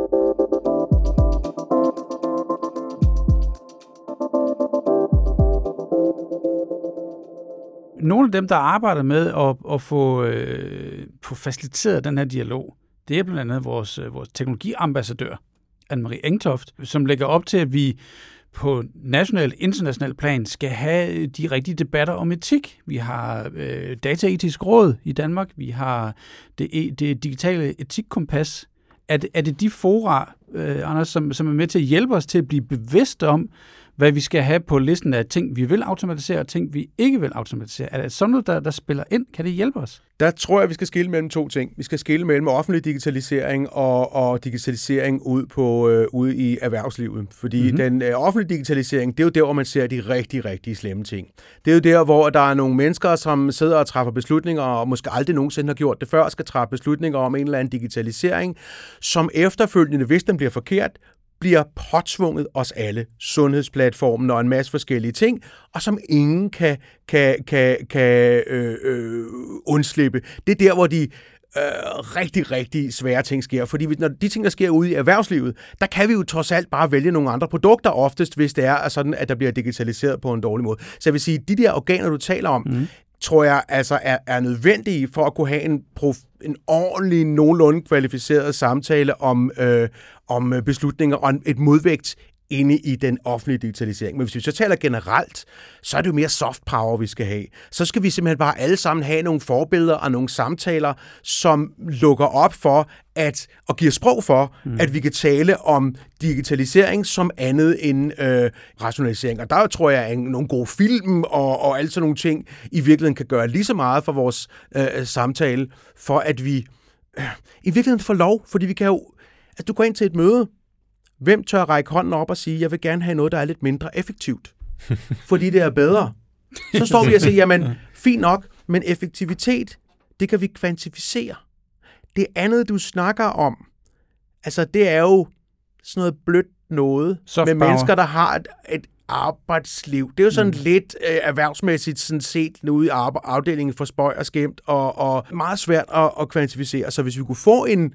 Nogle af dem, der arbejder med at, at få, øh, få faciliteret den her dialog, det er blandt andet vores, vores teknologiambassadør, Anne-Marie Engtoft, som lægger op til, at vi på national og international plan skal have de rigtige debatter om etik. Vi har øh, Dataetisk Råd i Danmark, vi har det, det digitale etikkompas. Er det, er det de fora, øh, Anders, som, som er med til at hjælpe os til at blive bevidste om, hvad vi skal have på listen af ting, vi vil automatisere, og ting, vi ikke vil automatisere? Er det sådan noget, der, der spiller ind? Kan det hjælpe os? Der tror jeg, vi skal skille mellem to ting. Vi skal skille mellem offentlig digitalisering og, og digitalisering ud på øh, ude i erhvervslivet. Fordi mm-hmm. den øh, offentlige digitalisering, det er jo der, hvor man ser de rigtig, rigtig slemme ting. Det er jo der, hvor der er nogle mennesker, som sidder og træffer beslutninger, og måske aldrig nogensinde har gjort det før, skal træffe beslutninger om en eller anden digitalisering, som efterfølgende, hvis den bliver forkert, bliver påtvunget os alle, sundhedsplatformen og en masse forskellige ting, og som ingen kan, kan, kan, kan øh, øh, undslippe. Det er der, hvor de øh, rigtig, rigtig svære ting sker. Fordi når de ting, der sker ude i erhvervslivet, der kan vi jo trods alt bare vælge nogle andre produkter oftest, hvis det er sådan, at der bliver digitaliseret på en dårlig måde. Så jeg vil sige, de der organer, du taler om, mm. tror jeg altså er, er nødvendige for at kunne have en, prof- en ordentlig, nogenlunde kvalificeret samtale om, øh, om beslutninger og et modvægt inde i den offentlige digitalisering. Men hvis vi så taler generelt, så er det jo mere soft power, vi skal have. Så skal vi simpelthen bare alle sammen have nogle forbilleder og nogle samtaler, som lukker op for at, og giver sprog for, mm. at vi kan tale om digitalisering som andet end øh, rationalisering. Og der tror jeg, at nogle gode film og, og alt sådan nogle ting i virkeligheden kan gøre lige så meget for vores øh, samtale, for at vi øh, i virkeligheden får lov, fordi vi kan jo, at du går ind til et møde. Hvem tør række hånden op og sige, jeg vil gerne have noget, der er lidt mindre effektivt, fordi det er bedre? Så står vi og siger, jamen, fint nok, men effektivitet, det kan vi kvantificere. Det andet, du snakker om, altså det er jo sådan noget blødt noget Soft med power. mennesker, der har et, et arbejdsliv. Det er jo sådan mm. lidt øh, erhvervsmæssigt sådan set ude i afdelingen for spøj og skæmt, og, og meget svært at, at kvantificere. Så hvis vi kunne få en,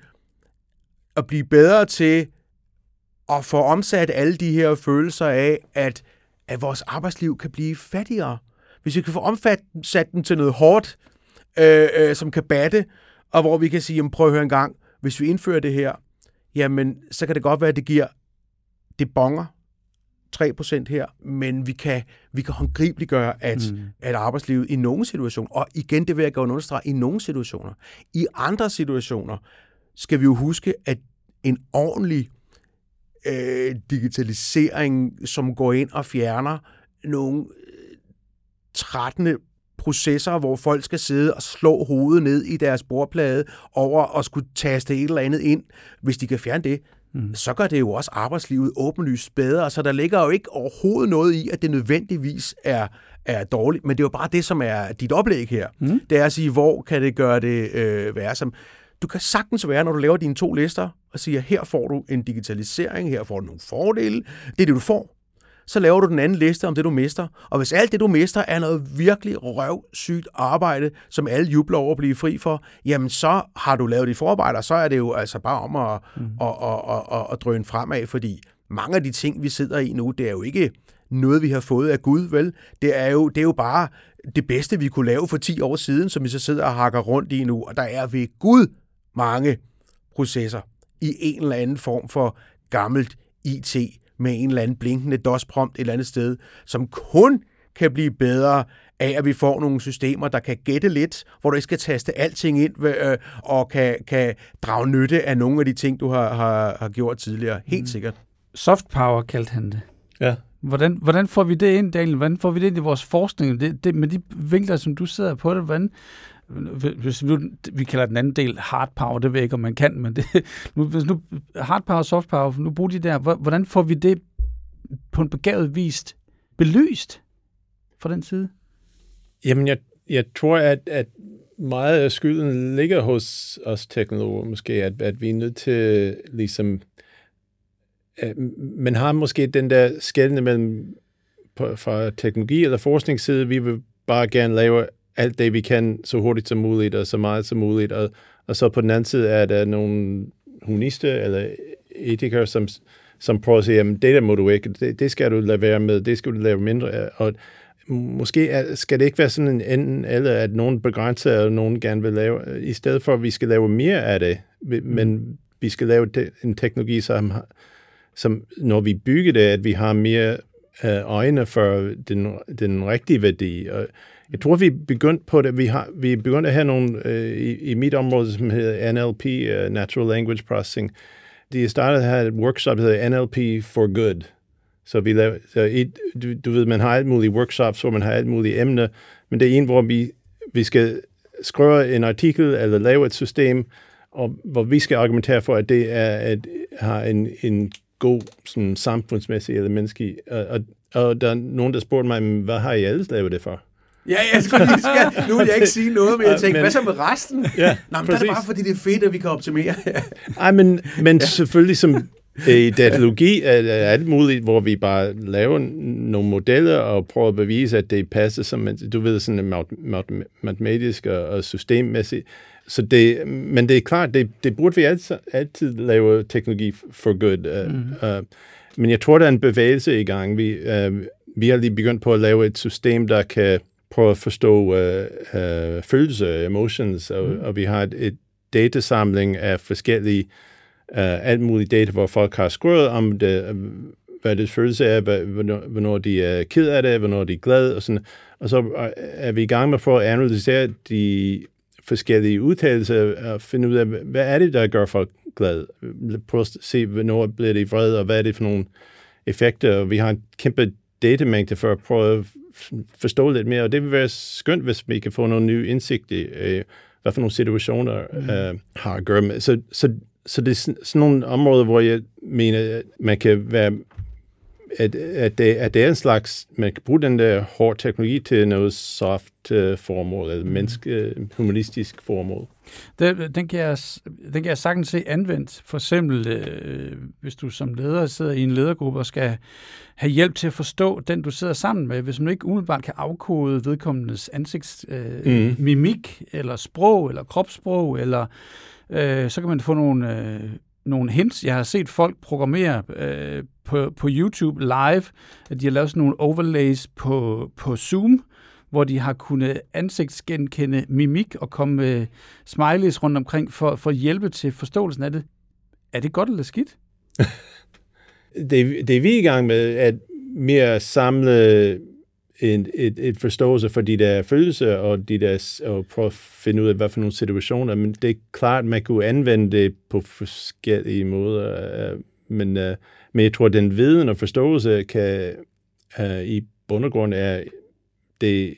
at blive bedre til og få omsat alle de her følelser af, at, at vores arbejdsliv kan blive fattigere. Hvis vi kan få omsat den til noget hårdt, øh, øh, som kan batte, og hvor vi kan sige, jamen, prøv at høre en gang, hvis vi indfører det her, jamen, så kan det godt være, at det giver, det bonger tre procent her, men vi kan, vi kan håndgribeliggøre, at, mm. at arbejdslivet i nogle situationer, og igen, det vil jeg gerne understrege, i nogle situationer, i andre situationer, skal vi jo huske, at en ordentlig Øh, digitalisering, som går ind og fjerner nogle øh, trættende processer, hvor folk skal sidde og slå hovedet ned i deres bordplade over at skulle taste et eller andet ind. Hvis de kan fjerne det, mm. så gør det jo også arbejdslivet åbenlyst bedre. Så der ligger jo ikke overhovedet noget i, at det nødvendigvis er, er dårligt, men det er jo bare det, som er dit oplæg her. Mm. Det er at sige, hvor kan det gøre det øh, være som... Du kan sagtens være, når du laver dine to lister, og siger, her får du en digitalisering, her får du nogle fordele. Det er det, du får. Så laver du den anden liste om det, du mister. Og hvis alt det, du mister, er noget virkelig røvsygt arbejde, som alle jubler over at blive fri for, jamen så har du lavet dit forarbejde, og så er det jo altså bare om at, mm. at, at, at, at, at drøne fremad, fordi mange af de ting, vi sidder i nu, det er jo ikke noget, vi har fået af Gud, vel? Det er jo, det er jo bare det bedste, vi kunne lave for ti år siden, som vi så sidder og hakker rundt i nu, og der er ved Gud mange processer i en eller anden form for gammelt I T med en eller anden blinkende DOS-prompt et eller andet sted, som kun kan blive bedre af, at vi får nogle systemer, der kan gætte lidt, hvor du ikke skal taste alting ind øh, og kan, kan drage nytte af nogle af de ting, du har, har, har gjort tidligere. Helt sikkert. Soft power kaldte han det. Ja. Hvordan, hvordan får vi det ind, Daniel? Hvordan får vi det ind i vores forskning? Det, det, med de vinkler, som du sidder på det, hvordan, hvis nu, vi kalder den anden del hard power, det ved jeg ikke, om man kan, men det, nu, hvis nu hard power, soft power, nu bruger de der, hvordan får vi det på en begavet vis belyst fra den side? Jamen, jeg, jeg tror, at, at meget af skylden ligger hos os teknologer, måske, at, at vi er nødt til, ligesom, at man har måske den der skelne mellem på, fra teknologi eller forskningsside, vi vil bare gerne lave alt det, vi kan, så hurtigt som muligt, og så meget som muligt, og, og så på den anden side er der nogle humanister eller etikere, som, som prøver at sige, jamen, det der må du ikke, det, det skal du lade være med, det skal du lave mindre, og måske er, skal det ikke være sådan en enten eller, at nogen begrænser, og nogen gerne vil lave, i stedet for, at vi skal lave mere af det, men vi skal lave en teknologi, som, som når vi bygger det, at vi har mere øjne for den, den rigtige værdi. Og jeg tror, vi er begyndt på det. Vi har vi er begyndt at have nogle øh, i, i mit område, som hedder N L P, uh, Natural Language Processing. De startede at have et workshop, der hedder N L P for Good. Så vi laver, så et, du, du ved, man har alt mulige workshops, hvor man har alt mulige emner, men det er en, hvor vi, vi skal skrive en artikel eller lave et system, og hvor vi skal argumentere for, at det er at har en, en god sådan, samfundsmæssig eller menneskelig. Og, og, og der er nogen, der spurgte mig, hvad har I ellers lavet det for? Ja, jeg skulle lige skal. Nu vil jeg ikke sige noget, men jeg tænkte, men, hvad så med resten? Ja, Nå, men der er det bare, fordi det er fedt, at vi kan optimere. Ej, men, men ja. Selvfølgelig som i datalogi er alt muligt, hvor vi bare laver nogle modeller og prøver at bevise, at det passer som, du ved, sådan matematisk og, og systemmæssigt. Så det, men det er klart, det, det burde vi altid, altid lave teknologi for good. Mm. Uh, men jeg tror, der er en bevægelse i gang. Vi, uh, vi har lige begyndt på at lave et system, der kan prøve at forstå uh, uh, følelser, emotions, og, mm. og vi har et, et datasamling af forskellige, uh, alt muligt data, hvor folk har skrevet om det, hvad det følelse er, hvornår, hvornår de er ked af det, hvornår de er glade, og sådan. Og så er vi i gang med at prøve at analysere de forskellige udtalelser og finde ud af, hvad er det, der gør folk glade? Prøv at se, hvornår bliver de vrede, og hvad er det for nogle effekter? Og vi har en kæmpe datamængde for at prøve at forstå lidt mere, og det vil være skønt, hvis vi kan få nogle nye indsigt i, øh, hvad for nogle situationer mm. øh, har at gøre med. Så, så, så det er sådan nogle områder, hvor jeg mener, at man kan være At, at, det, at det er en slags, man kan bruge den der hård teknologi til noget soft uh, formål, eller menneske, uh, humanistisk formål. Den, den, kan jeg, den kan jeg sagtens se anvendt. For eksempel, øh, hvis du som leder sidder i en ledergruppe og skal have hjælp til at forstå den, du sidder sammen med. Hvis man ikke umiddelbart kan afkode vedkommendes ansigtsmimik, øh, mm. mimik, eller sprog, eller kropssprog, eller øh, så kan man få nogle... Øh, nogle hints. Jeg har set folk programmere øh, på, på YouTube live, at de har lavet sådan nogle overlays på, på Zoom, hvor de har kunnet ansigtsgenkende mimik og komme med smileys rundt omkring for, for at hjælpe til forståelsen af det. Er det godt eller skidt? det, det er vi i gang med, at mere samle en, et, et forståelse for de der følelser og, de der, og prøve at finde ud af, hvad for nogle situationer. Men det er klart, at man kunne anvende det på forskellige måder. Men, men jeg tror, at den viden og forståelse kan i bund og grund er det,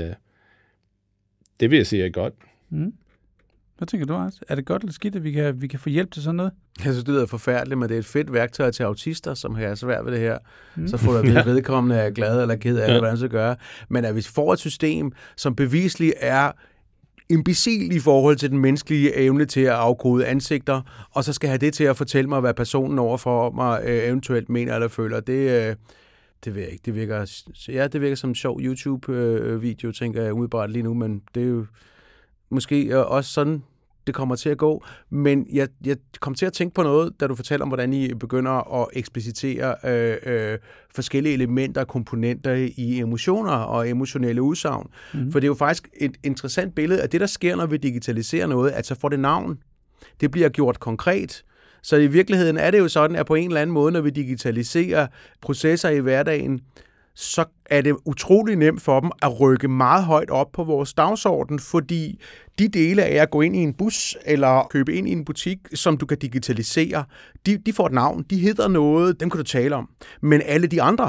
det vil jeg sige er godt. Mm. Hvad tænker du, Ars? Er det godt eller skidt, at vi kan, vi kan få hjælp til sådan noget? Jeg synes, det lyder forfærdeligt, men det er et fedt værktøj til autister, som har svært ved det her. Mm. Så får der ja. vedkommende er glad eller ked af ja. det, hvordan det skal gøre. Men at vi får et system, som bevisligt er imbecil i forhold til den menneskelige evne til at afkode ansigter, og så skal have det til at fortælle mig, hvad personen overfor mig øh, eventuelt mener eller føler, det... Øh, Det ved jeg ikke. Det virker, ja, det virker som en sjov YouTube-video, tænker jeg umiddelbart lige nu, men det er jo måske også sådan, det kommer til at gå. Men jeg, jeg kom til at tænke på noget, da du fortæller om, hvordan I begynder at eksplicitere øh, øh, forskellige elementer og komponenter i emotioner og emotionelle udsagn. Mm-hmm. For det er jo faktisk et interessant billede af det, der sker, når vi digitaliserer noget, at så får det navn. Det bliver gjort konkret. Så i virkeligheden er det jo sådan, at på en eller anden måde, når vi digitaliserer processer i hverdagen, så er det utrolig nemt for dem at rykke meget højt op på vores dagsorden, fordi de dele af at gå ind i en bus eller købe ind i en butik, som du kan digitalisere, de, de får et navn, de hedder noget, dem kan du tale om. Men alle de andre,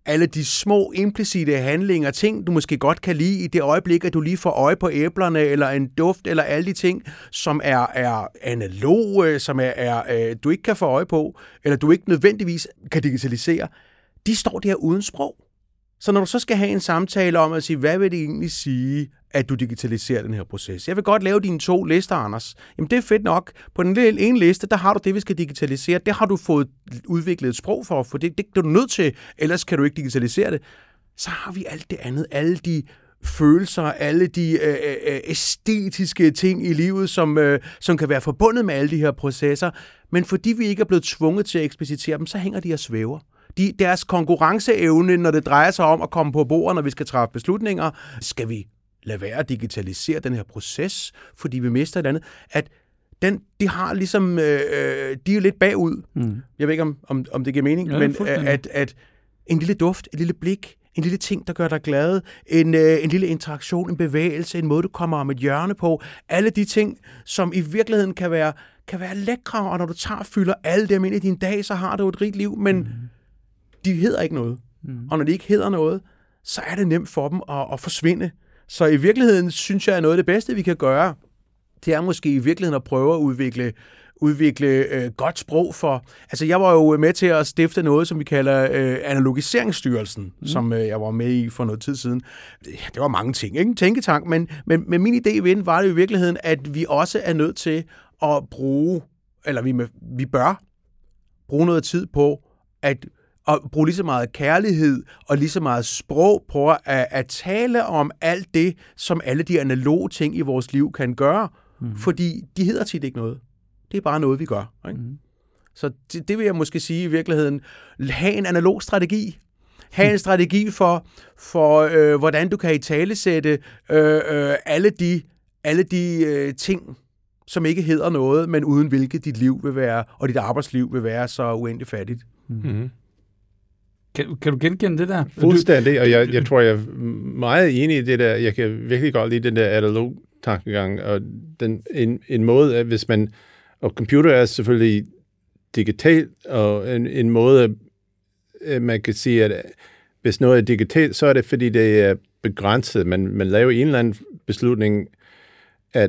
alle de små implicite handlinger, ting, du måske godt kan lide i det øjeblik, at du lige får øje på æblerne, eller en duft, eller alle de ting, som er, er analoge, som er, er, du ikke kan få øje på, eller du ikke nødvendigvis kan digitalisere, de står der uden sprog. Så når du så skal have en samtale om at sige, hvad vil det egentlig sige, at du digitaliserer den her proces? Jeg vil godt lave dine to lister, Anders. Jamen det er fedt nok. På den ene liste, der har du det, vi skal digitalisere. Det har du fået udviklet et sprog for, for det, det er du nødt til, ellers kan du ikke digitalisere det. Så har vi alt det andet, alle de følelser, alle de øh, øh, æstetiske ting i livet, som, øh, som kan være forbundet med alle de her processer. Men fordi vi ikke er blevet tvunget til at eksplicitere dem, så hænger de og svæver. De, deres konkurrenceevne, når det drejer sig om at komme på bordet, når vi skal træffe beslutninger, skal vi lade være at digitalisere den her proces, fordi vi mister et andet, at den, de har ligesom, øh, de er jo lidt bagud. Mm. Jeg ved ikke, om, om, om det giver mening, ja, men at, at en lille duft, et lille blik, en lille ting, der gør dig glad, en, øh, en lille interaktion, en bevægelse, en måde, du kommer om et hjørne på, alle de ting, som i virkeligheden kan være, kan være lækre, og når du tager og fylder alle dem ind i din dag, så har du et rigt liv, men mm. de hedder ikke noget. Mm. Og når de ikke hedder noget, så er det nemt for dem at, at forsvinde. Så i virkeligheden synes jeg, at noget af det bedste, vi kan gøre, det er måske i virkeligheden at prøve at udvikle, udvikle øh, godt sprog for... Altså, jeg var jo med til at stifte noget, som vi kalder øh, Analogiseringsstyrelsen, mm. som øh, jeg var med i for noget tid siden. Det var mange ting, ikke en tænketank, men, men, men min idé ved den var det i virkeligheden, at vi også er nødt til at bruge, eller vi, med, vi bør bruge noget tid på at og bruge lige så meget kærlighed og lige så meget sprog på at, at tale om alt det, som alle de analoge ting i vores liv kan gøre. Mm. Fordi de hedder tit ikke noget. Det er bare noget, vi gør. Ikke? Mm. Så det, det vil jeg måske sige i virkeligheden. Ha' en analog strategi. Ha' en strategi for, for øh, hvordan du kan italesætte øh, øh, alle de, alle de øh, ting, som ikke hedder noget, men uden hvilket dit liv vil være, og dit arbejdsliv vil være så uendeligt fattigt. Mm. Kan, kan du genkende det der? Fuldstændig, og jeg, jeg tror, jeg er meget enig i det der. Jeg kan virkelig godt lide den der analog tankegang, og den, en, en måde, at hvis man, og computer er selvfølgelig digital, og en, en måde, at man kan sige, at hvis noget er digitalt, så er det, fordi det er begrænset. Man, man laver en eller anden beslutning, at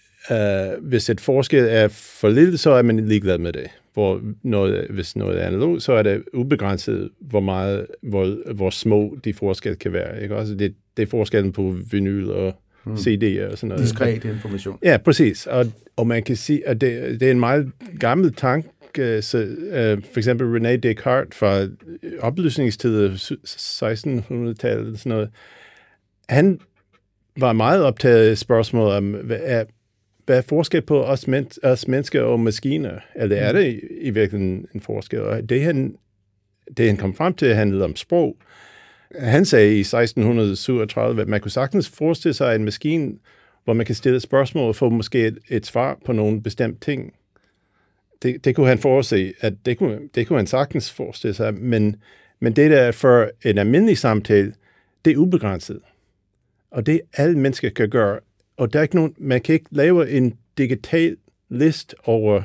uh, hvis et forskel er for lille, så er man ligeglad med det. Hvor noget, hvis noget er analog, så er det ubegrænset, hvor meget, hvor, hvor små de forskelle kan være. Ikke? Altså det, det er forskellen på vinyl og hmm. C D'er og sådan noget. Diskret information. Ja, præcis. Og, og man kan sige, at det, det er en meget gammel tanke. Så, uh, for eksempel René Descartes fra oplysningstider, seksten hundrede-tallet, sådan noget. Han var meget optaget af spørgsmålet om, hvad er Hvad er forskel på os, men, os mennesker og maskiner? Eller er det i, i virkeligheden en forskel? Og det han, det han kom frem til, handlede om sprog. Han sagde i seksten syvogtredive, at man kunne sagtens forestille sig en maskine, hvor man kan stille et spørgsmål og få måske et, et svar på nogle bestemte ting. Det, det kunne han forudse, at det kunne, det kunne han sagtens forestille sig, men, men det der for en almindelig samtale, det er ubegrænset. Og det alle mennesker kan gøre. Og der er ikke nogen, man kan ikke lave en digital list over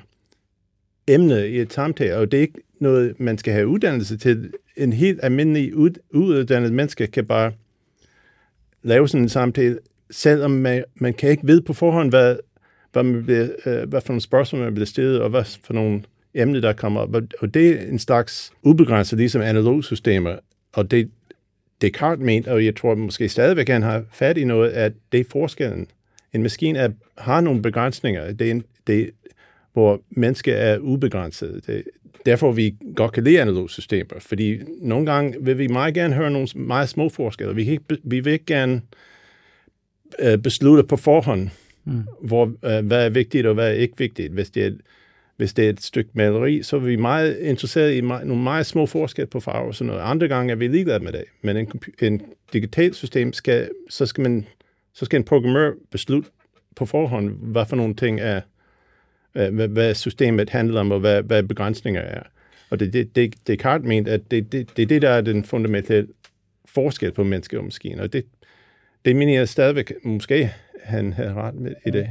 emner i et samtale, og det er ikke noget, man skal have uddannelse til. En helt almindelig ud, uddannet menneske kan bare lave sådan en samtale, selvom man, man kan ikke vide på forhånd, hvad, hvad, man bliver, øh, hvad for nogle spørgsmål man bliver stillet, og hvad for nogle emner, der kommer op. Og det er en slags ubegrænset, ligesom analog systemer, og det Descartes mente, og jeg tror måske stadigvæk, han har fat i noget, at det er forskellen. En maskine er, har nogle begrænsninger, det er, en, det, hvor mennesker er ubegrænset. Det, derfor vi godt kan lide analog systemer, fordi nogle gange vil vi meget gerne høre nogle meget små forskelle. Vi, kan ikke, vi vil ikke gerne uh, beslutte på forhånd, mm. hvor, uh, hvad er vigtigt og hvad er ikke vigtigt. Hvis det er, hvis det er et stykke maleri, så er vi meget interesseret i meget, nogle meget små forskelle på farver. Så noget. Andre gange er vi ligeglade med det. Men en, en digitalt system, skal, så, skal man, så skal en programmør beslutte på forhånd, hvad for nogle ting er, hvad, hvad systemet handler om, og hvad, hvad begrænsninger er. Og det, det, det, Descartes mente, at det, det, det er det, der er den fundamentale forskel på mennesker og maskiner. Og det, det mener jeg stadigvæk, måske han havde ret med i det.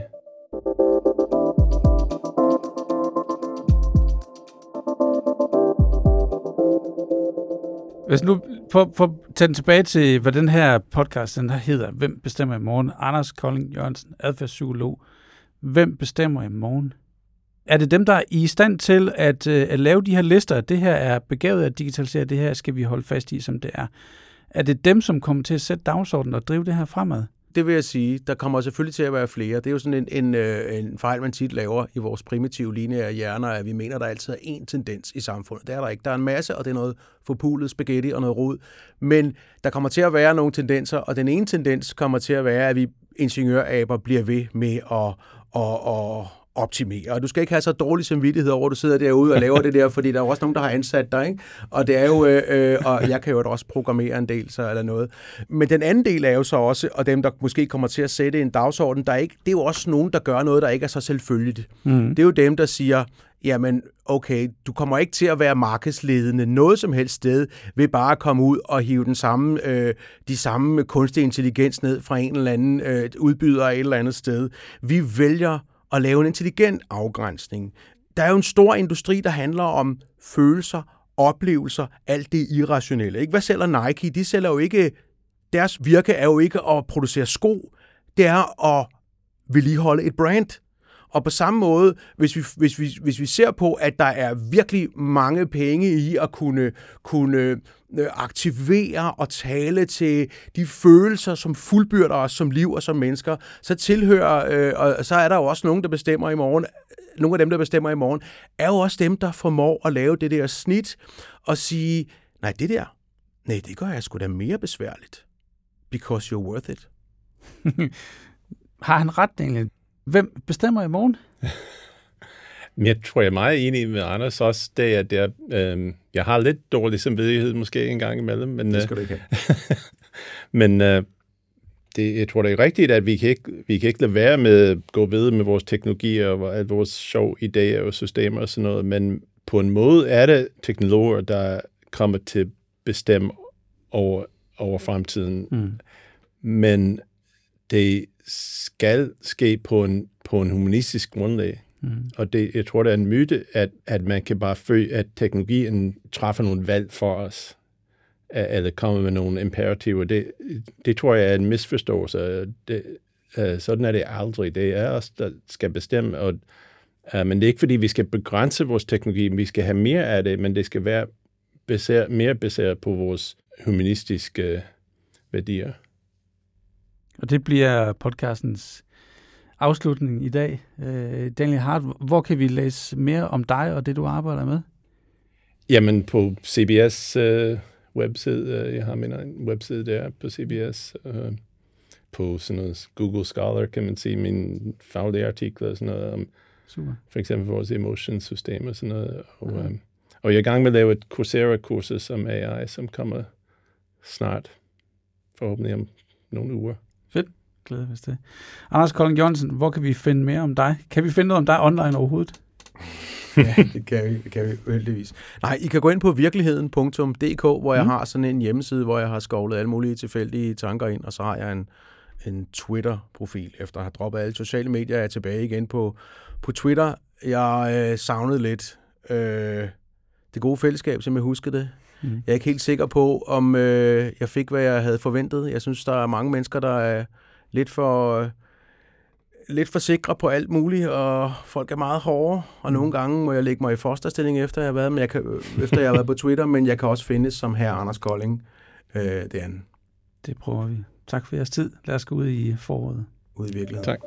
Hvis nu, for, for at tage den tilbage til, hvad den her podcast den her hedder, Hvem bestemmer i morgen? Anders Kolding Jørgensen, adfærdspsykolog. Hvem bestemmer i morgen? Er det dem, der er i stand til at, at lave de her lister? Det her er begavet at digitalisere, det her skal vi holde fast i, som det er. Er det dem, som kommer til at sætte dagsordenen og drive det her fremad? Det vil jeg sige. Der kommer selvfølgelig til at være flere. Det er jo sådan en, en, en fejl, man tit laver i vores primitive lineære hjerner, at vi mener, der altid er én tendens i samfundet. Det er der ikke. Der er en masse, og det er noget forpulet spaghetti og noget rod. Men der kommer til at være nogle tendenser, og den ene tendens kommer til at være, at vi ingeniøraber bliver ved med at, at, at optimere. Og du skal ikke have så dårlig samvittighed over, at du sidder derude og laver det der, fordi der er jo også nogen, der har ansat dig, ikke? Og det er jo, øh, og jeg kan jo også programmere en del, så eller noget. Men den anden del er jo så også, og dem, der måske kommer til at sætte en dagsorden, der ikke, det er jo også nogen, der gør noget, der ikke er så selvfølgeligt. Mm. Det er jo dem, der siger, jamen, okay, du kommer ikke til at være markedsledende noget som helst sted, ved bare at komme ud og hive den samme, øh, de samme kunstig intelligens ned fra en eller anden øh, udbyder et eller andet sted. Vi vælger at lave en intelligent afgrænsning. Der er jo en stor industri, der handler om følelser, oplevelser, alt det irrationelle. Ikke? Hvad sælger Nike? De sælger jo ikke, deres virke er jo ikke at producere sko, det er at vedligeholde et brand. Og på samme måde, hvis vi, hvis vi, hvis vi ser på, at der er virkelig mange penge i at kunne, kunne aktivere og tale til de følelser, som fuldbyrder os som liv og som mennesker, så tilhører, øh, og så er der jo også nogen, der bestemmer i morgen, nogle af dem, der bestemmer i morgen, er jo også dem, der formår at lave det der snit og sige, nej, det der, nej, det gør jeg sgu da mere besværligt. Because you're worth it. Har han ret, egentlig? Hvem bestemmer i morgen? Jeg tror, jeg er meget enig med Anders også, det er, at jeg, øh, jeg har lidt dårlig samvittighed måske en gang imellem. Men, det skal du ikke have. men øh, det, jeg tror, det er rigtigt, at vi kan, ikke, vi kan ikke lade være med at gå videre med vores teknologier og alle vores sjove idéer og systemer og sådan noget, men på en måde er det teknologer, der kommer til at bestemme over, over fremtiden. Mm. Men det skal ske på en, på en humanistisk grundlag. Mm. Og det, jeg tror, det er en myte, at, at man kan bare føle, at teknologien træffer nogle valg for os, eller kommer med nogle imperativer. Det, det tror jeg er en misforståelse. Det, uh, sådan er det aldrig. Det er os, der skal bestemme. Og, uh, men det er ikke, fordi vi skal begrænse vores teknologi, vi skal have mere af det, men det skal være baseret, mere baseret på vores humanistiske værdier. Og det bliver podcastens afslutning i dag. Øh, Daniel Hart, hvor kan vi læse mere om dig og det, du arbejder med? Jamen på C B S øh, webside. Jeg har min webside der på C B S. Øh, på sådan noget Google Scholar kan man se mine faglige artikler og sådan noget om Super. For eksempel vores emotionssystem og sådan noget. Og, okay. øh, og jeg er i gang med at lave et Coursera-kursus om A I, som kommer snart. Forhåbentlig om nogle uger. Fedt. Glæder hvis det. Anders Kolding Jørgensen, hvor kan vi finde mere om dig? Kan vi finde noget om dig online overhovedet? Ja, det kan vi, det kan vi heldigvis. Nej, I kan gå ind på virkeligheden punktum d k, hvor jeg mm. har sådan en hjemmeside, hvor jeg har skovlet alle mulige tilfældige tanker ind, og så har jeg en, en Twitter-profil. Efter at have droppet alle sociale medier, er jeg tilbage igen på, på Twitter. Jeg øh, savnede lidt øh, det gode fællesskab, som jeg husker det. Mm. Jeg er ikke helt sikker på, om øh, jeg fik, hvad jeg havde forventet. Jeg synes, der er mange mennesker, der er lidt for, øh, lidt for sikre på alt muligt, og folk er meget hårde, og mm. nogle gange må jeg lægge mig i fosterstilling, efter jeg har været, men jeg kan, efter jeg har været på Twitter, men jeg kan også findes som herre Anders Kolding øh, det andet. Det prøver vi. Tak for jeres tid. Lad os gå ud i foråret. Ud i virkeligheden. Tak.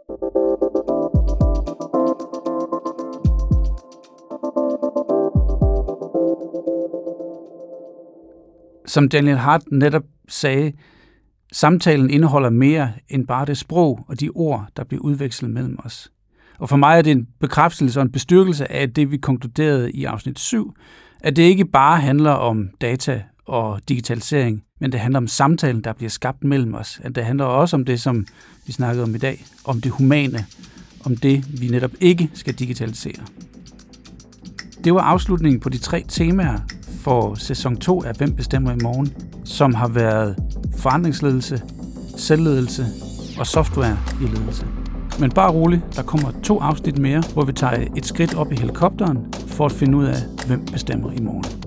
Som Daniel Hart netop sagde, samtalen indeholder mere end bare det sprog og de ord, der bliver udvekslet mellem os. Og for mig er det en bekræftelse og en bestyrkelse af det, vi konkluderede i afsnit syv, at det ikke bare handler om data og digitalisering, men det handler om samtalen, der bliver skabt mellem os. At det handler også om det, som vi snakkede om i dag, om det humane, om det, vi netop ikke skal digitalisere. Det var afslutningen på de tre temaer for sæson to af Hvem bestemmer i morgen, som har været forandringsledelse, selvledelse og software i ledelse. Men bare rolig, der kommer to afsnit mere, hvor vi tager et skridt op i helikopteren for at finde ud af, hvem bestemmer i morgen.